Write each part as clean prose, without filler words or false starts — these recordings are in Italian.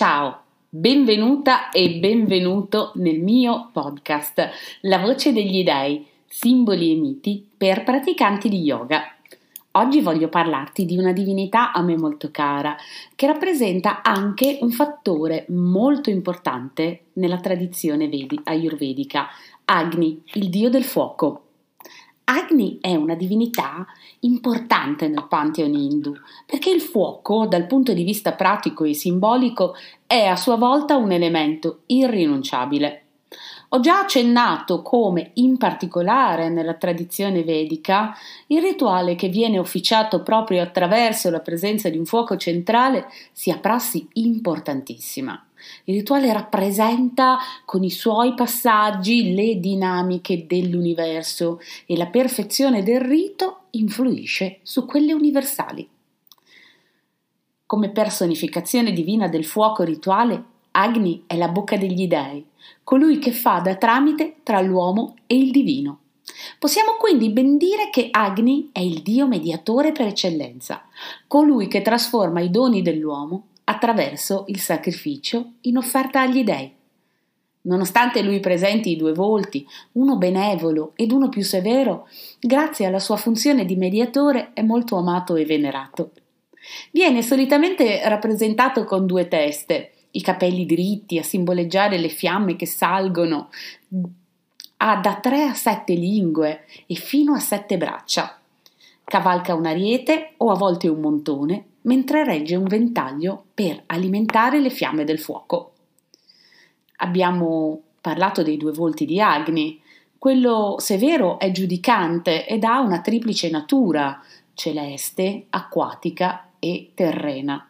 Ciao, benvenuta e benvenuto nel mio podcast La voce degli dei, simboli e miti per praticanti di yoga. Oggi voglio parlarti di una divinità a me molto cara, che rappresenta anche un fattore molto importante nella tradizione ayurvedica, Agni, il dio del fuoco. Agni è una divinità importante nel pantheon hindu, perché il fuoco, dal punto di vista pratico e simbolico, è a sua volta un elemento irrinunciabile. Ho già accennato come, in particolare nella tradizione vedica, il rituale che viene officiato proprio attraverso la presenza di un fuoco centrale sia prassi importantissima. Il rituale rappresenta con i suoi passaggi le dinamiche dell'universo e la perfezione del rito influisce su quelle universali. Come personificazione divina del fuoco rituale, Agni è la bocca degli dei, colui che fa da tramite tra l'uomo e il divino. Possiamo quindi ben dire che Agni è il dio mediatore per eccellenza, colui che trasforma i doni dell'uomo attraverso il sacrificio in offerta agli dei. Nonostante lui presenti i due volti, uno benevolo ed uno più severo, grazie alla sua funzione di mediatore è molto amato e venerato. Viene solitamente rappresentato con due teste, i capelli dritti a simboleggiare le fiamme che salgono, ha da 3 a 7 lingue e fino a 7 braccia. Cavalca un ariete o a volte un montone, mentre regge un ventaglio per alimentare le fiamme del fuoco. Abbiamo parlato dei due volti di Agni. Quello severo è giudicante ed ha una triplice natura, celeste, acquatica e terrena.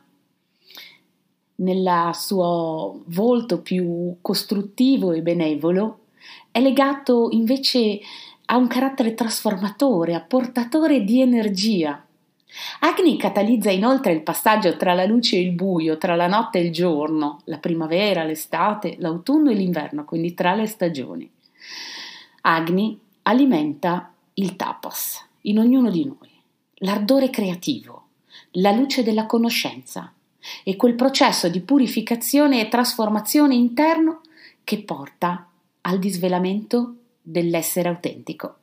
Nel suo volto più costruttivo e benevolo è legato invece a un carattere trasformatore, apportatore di energia. Agni catalizza inoltre il passaggio tra la luce e il buio, tra la notte e il giorno, la primavera, l'estate, l'autunno e l'inverno, quindi tra le stagioni. Agni alimenta il tapas in ognuno di noi, l'ardore creativo, la luce della conoscenza e quel processo di purificazione e trasformazione interno che porta al disvelamento dell'essere autentico.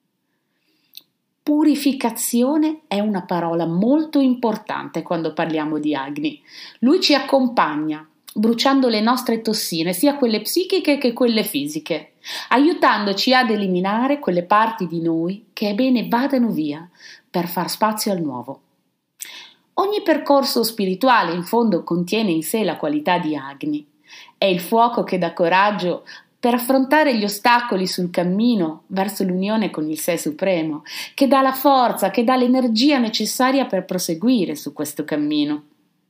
Purificazione è una parola molto importante quando parliamo di Agni. Lui ci accompagna, bruciando le nostre tossine, sia quelle psichiche che quelle fisiche, aiutandoci ad eliminare quelle parti di noi che è bene vadano via per far spazio al nuovo. Ogni percorso spirituale in fondo contiene in sé la qualità di Agni. È il fuoco che dà coraggio per affrontare gli ostacoli sul cammino verso l'unione con il Sé Supremo, che dà la forza, che dà l'energia necessaria per proseguire su questo cammino.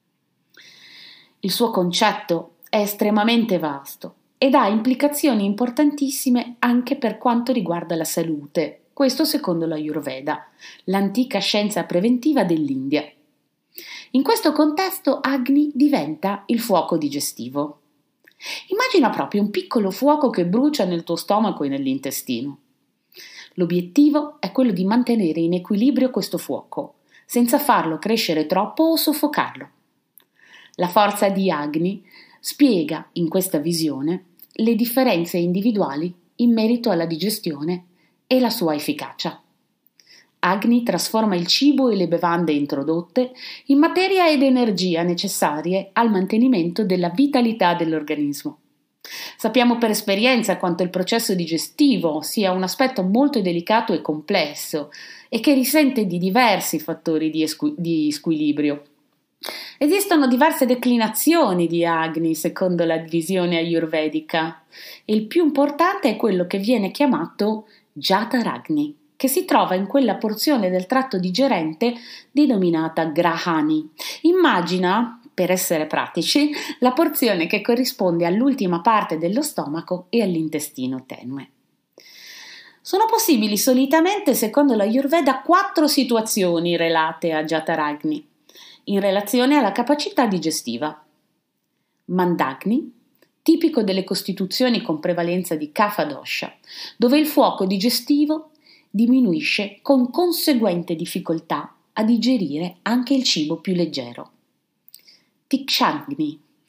Il suo concetto è estremamente vasto ed ha implicazioni importantissime anche per quanto riguarda la salute, questo secondo l'Ayurveda, l'antica scienza preventiva dell'India. In questo contesto Agni diventa il fuoco digestivo. Immagina proprio un piccolo fuoco che brucia nel tuo stomaco e nell'intestino. L'obiettivo è quello di mantenere in equilibrio questo fuoco, senza farlo crescere troppo o soffocarlo. La forza di Agni spiega in questa visione le differenze individuali in merito alla digestione e la sua efficacia. Agni trasforma il cibo e le bevande introdotte in materia ed energia necessarie al mantenimento della vitalità dell'organismo. Sappiamo per esperienza quanto il processo digestivo sia un aspetto molto delicato e complesso e che risente di diversi fattori di squilibrio. Esistono diverse declinazioni di Agni secondo la visione ayurvedica e il più importante è quello che viene chiamato Jataragni, che si trova in quella porzione del tratto digerente denominata Grahani. Immagina, per essere pratici, la porzione che corrisponde all'ultima parte dello stomaco e all'intestino tenue. Sono possibili solitamente, secondo l'Ayurveda, 4 situazioni relate a Jataragni, in relazione alla capacità digestiva. Mandagni, tipico delle costituzioni con prevalenza di Kapha dosha, dove il fuoco digestivo diminuisce con conseguente difficoltà a digerire anche il cibo più leggero. Tikshagni,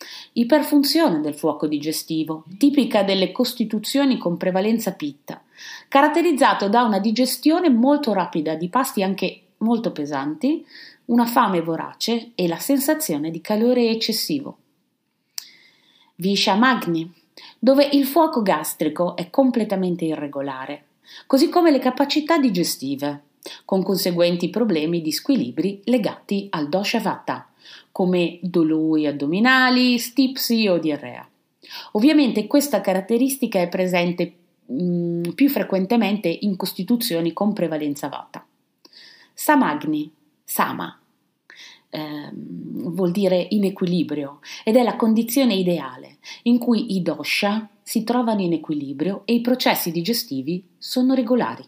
Iperfunzione del fuoco digestivo, tipica delle costituzioni con prevalenza pitta, caratterizzato da una digestione molto rapida di pasti anche molto pesanti, una fame vorace e la sensazione di calore eccessivo. Vishamagni, dove il fuoco gastrico è completamente irregolare, così come le capacità digestive, con conseguenti problemi di squilibri legati al dosha vata, come dolori addominali, stipsi o diarrea. Ovviamente questa caratteristica è presente più frequentemente in costituzioni con prevalenza vata. Samagni, sama, vuol dire in equilibrio ed è la condizione ideale in cui i dosha si trovano in equilibrio e i processi digestivi sono regolari.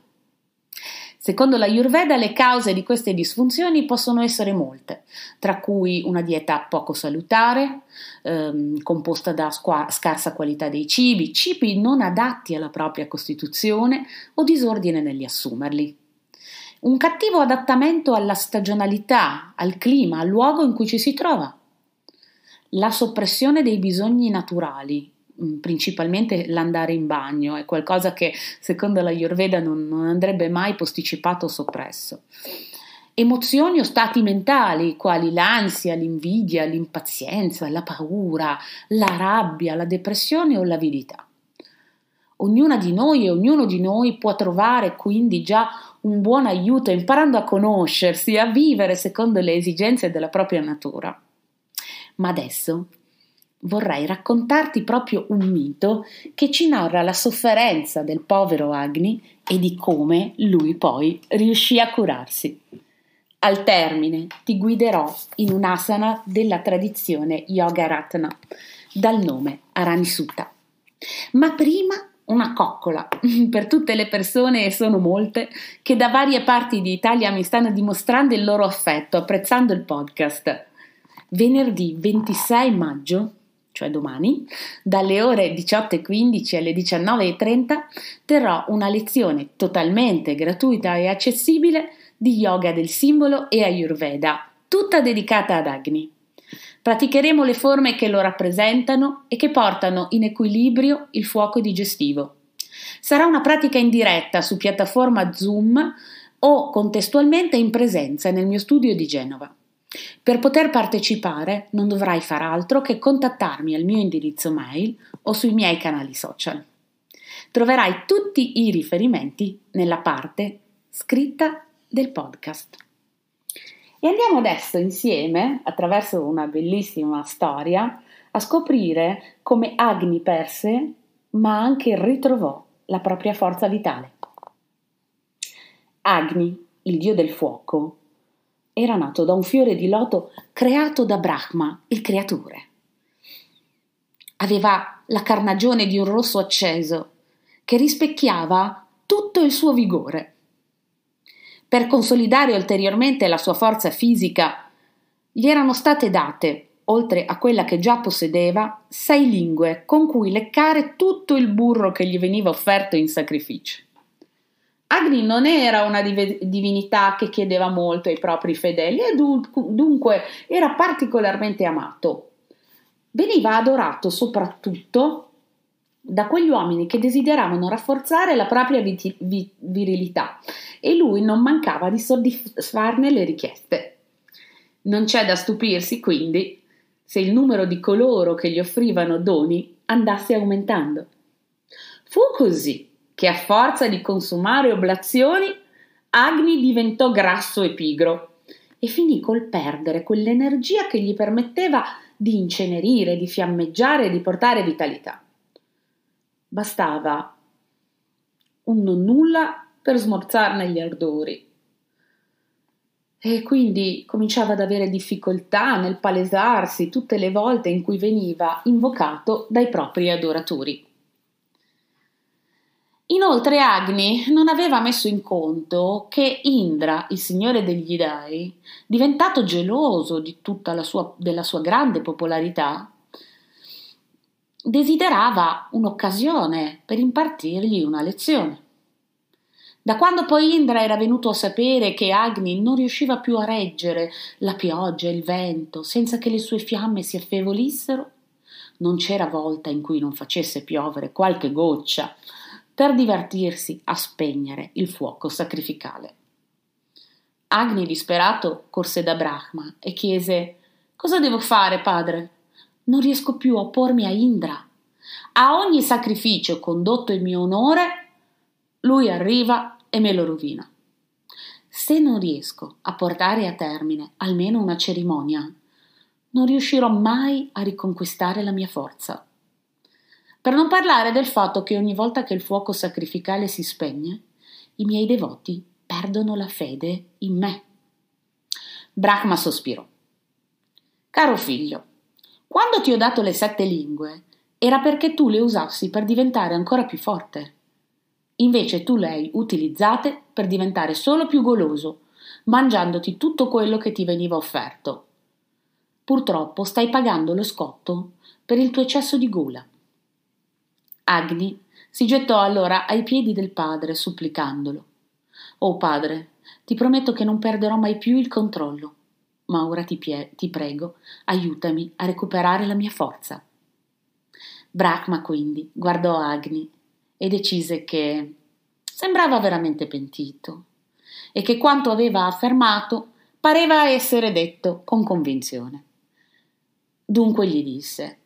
Secondo la Ayurveda le cause di queste disfunzioni possono essere molte, tra cui una dieta poco salutare, composta da scarsa qualità dei cibi non adatti alla propria costituzione o disordine negli assumerli. Un cattivo adattamento alla stagionalità, al clima, al luogo in cui ci si trova. La soppressione dei bisogni naturali, principalmente l'andare in bagno, è qualcosa che secondo la Ayurveda non andrebbe mai posticipato o soppresso. Emozioni o stati mentali, quali l'ansia, l'invidia, l'impazienza, la paura, la rabbia, la depressione o l'avidità. Ognuna di noi e ognuno di noi può trovare quindi già un buon aiuto imparando a conoscersi, a vivere secondo le esigenze della propria natura. Ma adesso vorrei raccontarti proprio un mito che ci narra la sofferenza del povero Agni e di come lui poi riuscì a curarsi. Al termine ti guiderò in un'asana della tradizione Yoga Ratna, dal nome Aranisuta. Ma prima una coccola per tutte le persone, e sono molte, che da varie parti d'Italia mi stanno dimostrando il loro affetto, apprezzando il podcast. Venerdì 26 maggio, cioè domani, dalle ore 18:15 alle 19:30, terrò una lezione totalmente gratuita e accessibile di yoga del simbolo e Ayurveda, tutta dedicata ad Agni. Praticheremo le forme che lo rappresentano e che portano in equilibrio il fuoco digestivo. Sarà una pratica in diretta su piattaforma Zoom o contestualmente in presenza nel mio studio di Genova. Per poter partecipare non dovrai far altro che contattarmi al mio indirizzo mail o sui miei canali social. Troverai tutti i riferimenti nella parte scritta del podcast. E andiamo adesso insieme, attraverso una bellissima storia, a scoprire come Agni perse, ma anche ritrovò la propria forza vitale. Agni, il dio del fuoco, era nato da un fiore di loto creato da Brahma, il creatore. Aveva la carnagione di un rosso acceso che rispecchiava tutto il suo vigore. Per consolidare ulteriormente la sua forza fisica, gli erano state date, oltre a quella che già possedeva, 6 lingue con cui leccare tutto il burro che gli veniva offerto in sacrificio. Agni non era una divinità che chiedeva molto ai propri fedeli e dunque era particolarmente amato. Veniva adorato soprattutto da quegli uomini che desideravano rafforzare la propria virilità e lui non mancava di soddisfarne le richieste. Non c'è da stupirsi, quindi, se il numero di coloro che gli offrivano doni andasse aumentando. Fu così che a forza di consumare oblazioni Agni diventò grasso e pigro e finì col perdere quell'energia che gli permetteva di incenerire, di fiammeggiare e di portare vitalità. Bastava un non nulla per smorzarne gli ardori e quindi cominciava ad avere difficoltà nel palesarsi tutte le volte in cui veniva invocato dai propri adoratori. Inoltre Agni non aveva messo in conto che Indra, il signore degli dei, diventato geloso di della sua grande popolarità, desiderava un'occasione per impartirgli una lezione. Da quando poi Indra era venuto a sapere che Agni non riusciva più a reggere la pioggia e il vento senza che le sue fiamme si affievolissero, Non c'era volta in cui non facesse piovere qualche goccia per divertirsi a spegnere il fuoco sacrificale. Agni, disperato, corse da Brahma e chiese: «Cosa devo fare, padre? Non riesco più a oppormi a Indra. A ogni sacrificio condotto in mio onore, lui arriva e me lo rovina. Se non riesco a portare a termine almeno una cerimonia, non riuscirò mai a riconquistare la mia forza. Per non parlare del fatto che ogni volta che il fuoco sacrificale si spegne, i miei devoti perdono la fede in me». Brahma sospirò. «Caro figlio, quando ti ho dato le 7 lingue, era perché tu le usassi per diventare ancora più forte. Invece tu le hai utilizzate per diventare solo più goloso, mangiandoti tutto quello che ti veniva offerto. Purtroppo stai pagando lo scotto per il tuo eccesso di gola». Agni si gettò allora ai piedi del padre, supplicandolo: «Oh padre, ti prometto che non perderò mai più il controllo, ma ora ti prego, aiutami a recuperare la mia forza». Brahma quindi guardò Agni e decise che sembrava veramente pentito e che quanto aveva affermato pareva essere detto con convinzione. Dunque gli disse: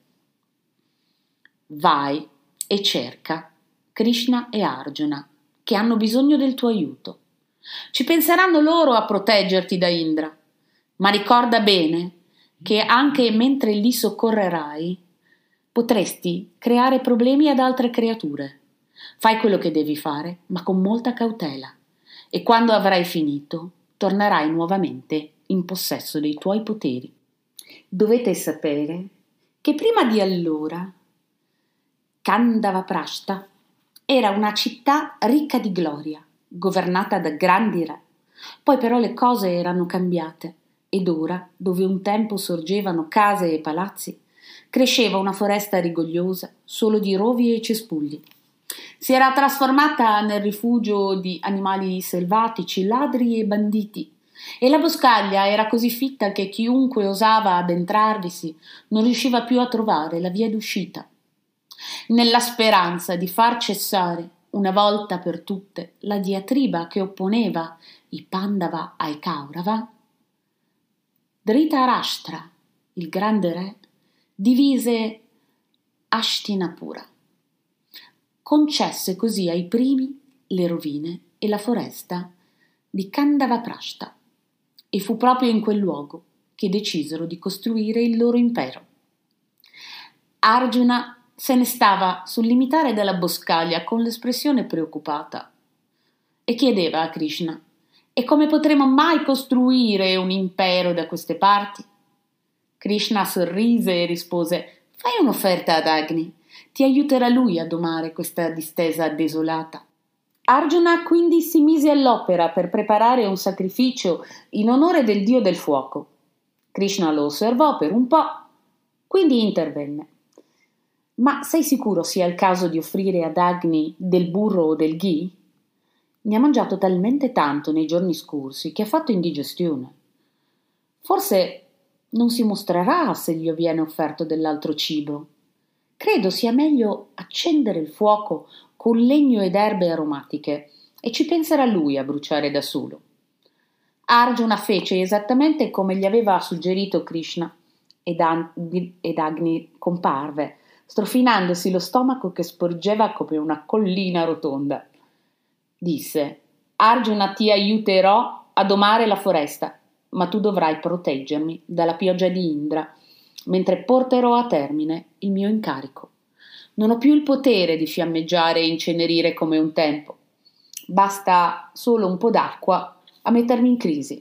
«Vai e cerca Krishna e Arjuna, che hanno bisogno del tuo aiuto. Ci penseranno loro a proteggerti da Indra, ma ricorda bene che anche mentre li soccorrerai potresti creare problemi ad altre creature. Fai quello che devi fare, ma con molta cautela, e quando avrai finito tornerai nuovamente in possesso dei tuoi poteri». Dovete sapere che prima di allora Kandavaprashta era una città ricca di gloria, governata da grandi re. Poi però le cose erano cambiate ed ora, dove un tempo sorgevano case e palazzi, cresceva una foresta rigogliosa solo di rovi e cespugli. Si era trasformata nel rifugio di animali selvatici, ladri e banditi, e la boscaglia era così fitta che chiunque osava addentrarvisi non riusciva più a trovare la via d'uscita. Nella speranza di far cessare una volta per tutte la diatriba che opponeva i Pandava ai Kaurava, Dhritarashtra, il grande re, divise Hastinapura. Concesse così ai primi le rovine e la foresta di Kandavaprashta, e fu proprio in quel luogo che decisero di costruire il loro impero. Arjuna se ne stava sul limitare della boscaglia con l'espressione preoccupata e chiedeva a Krishna: «E come potremo mai costruire un impero da queste parti?» Krishna sorrise e rispose: «Fai un'offerta ad Agni, ti aiuterà lui a domare questa distesa desolata». Arjuna quindi si mise all'opera per preparare un sacrificio in onore del dio del fuoco. Krishna lo osservò per un po', quindi intervenne: «Ma sei sicuro sia il caso di offrire ad Agni del burro o del ghee? Ne ha mangiato talmente tanto nei giorni scorsi che ha fatto indigestione. Forse non si mostrerà se gli viene offerto dell'altro cibo. Credo sia meglio accendere il fuoco con legno ed erbe aromatiche e ci penserà lui a bruciare da solo». Arjuna fece esattamente come gli aveva suggerito Krishna ed Agni comparve, strofinandosi lo stomaco che sporgeva come una collina rotonda. Disse: «Arjuna, ti aiuterò a domare la foresta, ma tu dovrai proteggermi dalla pioggia di Indra, mentre porterò a termine il mio incarico. Non ho più il potere di fiammeggiare e incenerire come un tempo. Basta solo un po' d'acqua a mettermi in crisi».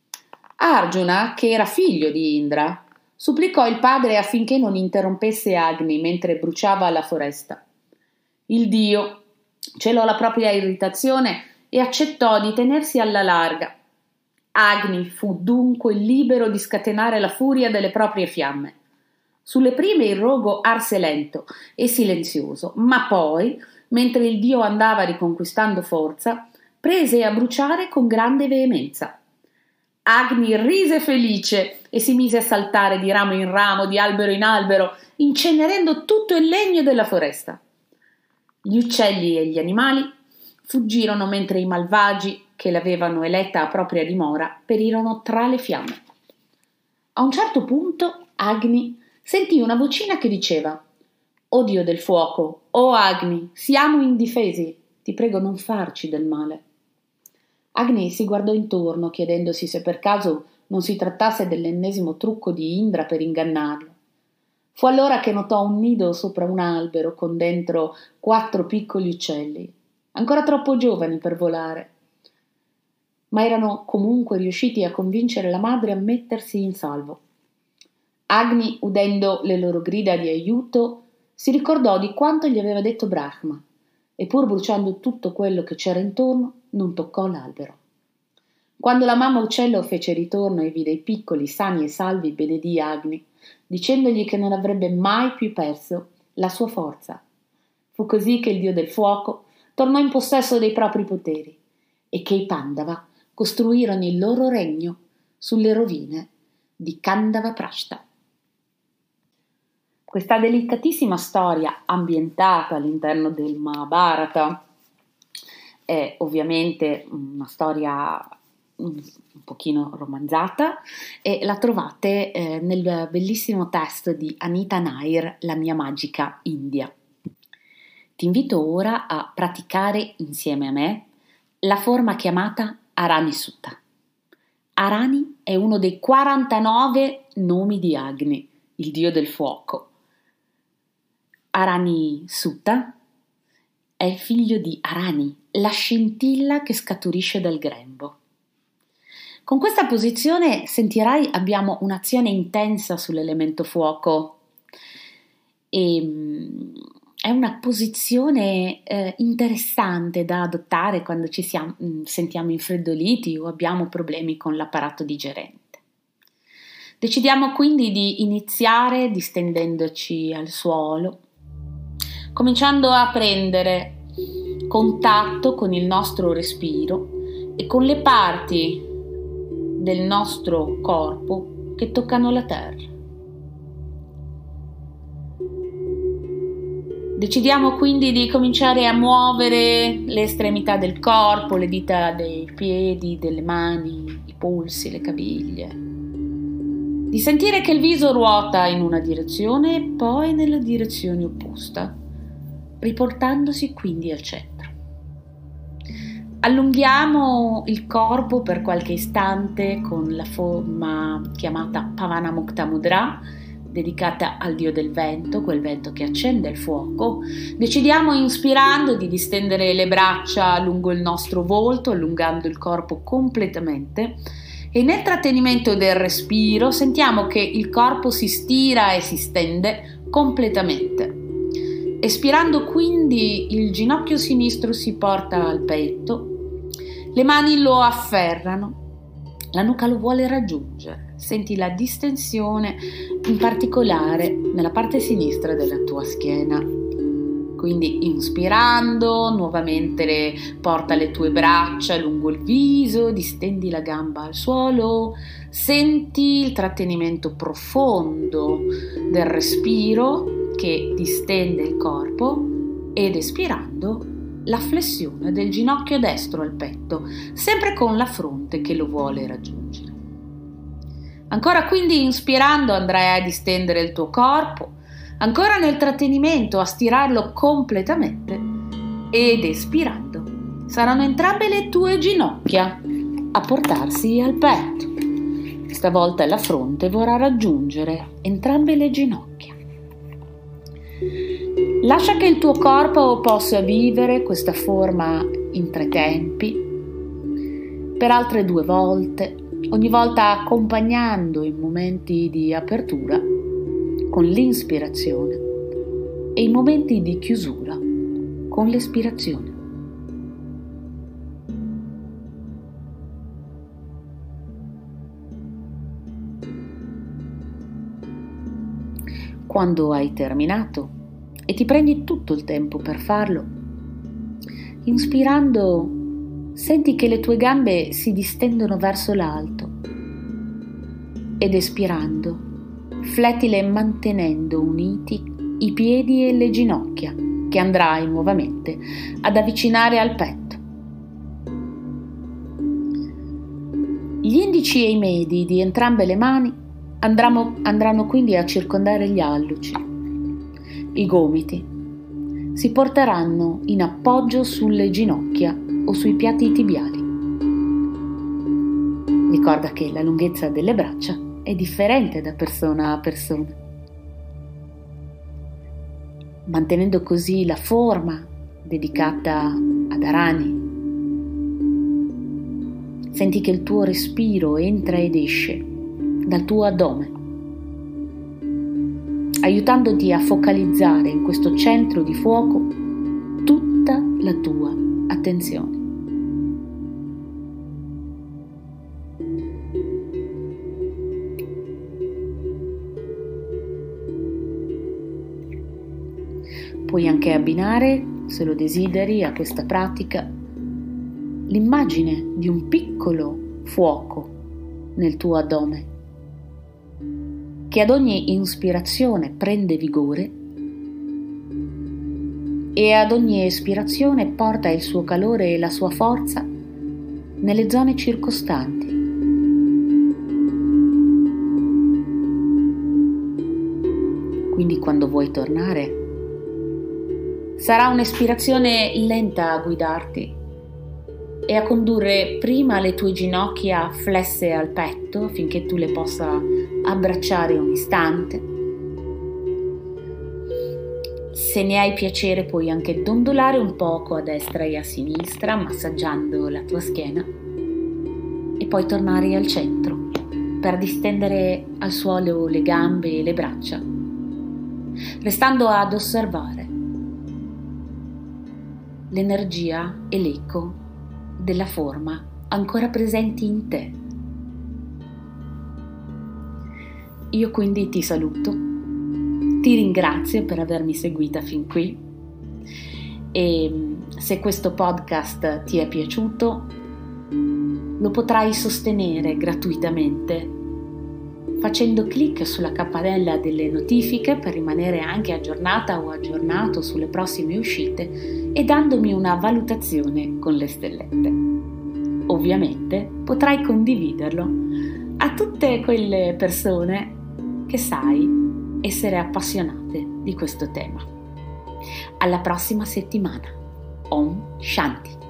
Arjuna, che era figlio di Indra, supplicò il padre affinché non interrompesse Agni mentre bruciava la foresta. Il dio celò la propria irritazione e accettò di tenersi alla larga. Agni fu dunque libero di scatenare la furia delle proprie fiamme. Sulle prime il rogo arse lento e silenzioso, ma poi, mentre il dio andava riconquistando forza, prese a bruciare con grande veemenza. Agni rise felice e si mise a saltare di ramo in ramo, di albero in albero, incenerendo tutto il legno della foresta. Gli uccelli e gli animali fuggirono mentre i malvagi, che l'avevano eletta a propria dimora, perirono tra le fiamme. A un certo punto Agni sentì una vocina che diceva: «O Dio del fuoco, o Agni, siamo indifesi, ti prego non farci del male». Agni si guardò intorno, chiedendosi se per caso non si trattasse dell'ennesimo trucco di Indra per ingannarlo. Fu allora che notò un nido sopra un albero con dentro 4 piccoli uccelli, ancora troppo giovani per volare, ma erano comunque riusciti a convincere la madre a mettersi in salvo. Agni, udendo le loro grida di aiuto, si ricordò di quanto gli aveva detto Brahma e, pur bruciando tutto quello che c'era intorno, non toccò l'albero. Quando la mamma uccello fece ritorno e vide i piccoli sani e salvi, benedì Agni, dicendogli che non avrebbe mai più perso la sua forza. Fu così che il dio del fuoco tornò in possesso dei propri poteri e che i Pandava costruirono il loro regno sulle rovine di Kandavaprashta. Questa delicatissima storia ambientata all'interno del Mahabharata è ovviamente una storia un pochino romanzata e la trovate nel bellissimo testo di Anita Nair, La mia magica India. Ti invito ora a praticare insieme a me la forma chiamata Arani Sutta. Arani è uno dei 49 nomi di Agni, il dio del fuoco. Arani Sutta è il figlio di Arani, la scintilla che scaturisce dal grembo. Con questa posizione sentirai abbiamo un'azione intensa sull'elemento fuoco e è una posizione interessante da adottare quando ci sentiamo infreddoliti o abbiamo problemi con l'apparato digerente. Decidiamo quindi di iniziare distendendoci al suolo, cominciando a prendere contatto con il nostro respiro e con le parti del nostro corpo che toccano la terra. Decidiamo quindi di cominciare a muovere le estremità del corpo, le dita dei piedi, delle mani, i polsi, le caviglie. Di sentire che il viso ruota in una direzione e poi nella direzione opposta, riportandosi quindi al centro. Allunghiamo il corpo per qualche istante con la forma chiamata Pavana Mukta Mudra, dedicata al dio del vento, quel vento che accende il fuoco. Decidiamo inspirando di distendere le braccia lungo il nostro volto, allungando il corpo completamente, e nel trattenimento del respiro sentiamo che il corpo si stira e si stende completamente. Espirando quindi il ginocchio sinistro si porta al petto, le mani lo afferrano, la nuca lo vuole raggiungere. Senti la distensione in particolare nella parte sinistra della tua schiena. Quindi inspirando, nuovamente porta le tue braccia lungo il viso, distendi la gamba al suolo, senti il trattenimento profondo del respiro che distende il corpo ed espirando la flessione del ginocchio destro al petto, sempre con la fronte che lo vuole raggiungere. Ancora quindi inspirando andrai a distendere il tuo corpo, ancora nel trattenimento a stirarlo completamente ed espirando saranno entrambe le tue ginocchia a portarsi al petto. Stavolta la fronte vorrà raggiungere entrambe le ginocchia. Lascia che il tuo corpo possa vivere questa forma in 3 tempi, per altre 2 volte, ogni volta accompagnando i momenti di apertura con l'inspirazione e i momenti di chiusura con l'espirazione. Quando hai terminato e ti prendi tutto il tempo per farlo, inspirando senti che le tue gambe si distendono verso l'alto ed espirando Flettile mantenendo uniti i piedi e le ginocchia che andrai nuovamente ad avvicinare al petto. Gli indici e i medi di entrambe le mani andranno quindi a circondare gli alluci. I gomiti si porteranno in appoggio sulle ginocchia o sui piatti tibiali. Ricorda che la lunghezza delle braccia è differente da persona a persona. Mantenendo così la forma dedicata ad Arani, senti che il tuo respiro entra ed esce dal tuo addome, aiutandoti a focalizzare in questo centro di fuoco tutta la tua attenzione. Puoi anche abbinare, se lo desideri, a questa pratica l'immagine di un piccolo fuoco nel tuo addome, che ad ogni ispirazione prende vigore e ad ogni espirazione porta il suo calore e la sua forza nelle zone circostanti. Quindi quando vuoi tornare, sarà un'espirazione lenta a guidarti e a condurre prima le tue ginocchia flesse al petto affinché tu le possa abbracciare un istante. Se ne hai piacere puoi anche dondolare un poco a destra e a sinistra, massaggiando la tua schiena, e poi tornare al centro per distendere al suolo le gambe e le braccia, restando ad osservare l'energia e l'eco della forma ancora presenti in te. Io quindi ti saluto, ti ringrazio per avermi seguita fin qui e se questo podcast ti è piaciuto lo potrai sostenere gratuitamente facendo clic sulla campanella delle notifiche per rimanere anche aggiornata o aggiornato sulle prossime uscite e dandomi una valutazione con le stellette. Ovviamente potrai condividerlo a tutte quelle persone che sai essere appassionate di questo tema. Alla prossima settimana. Om Shanti.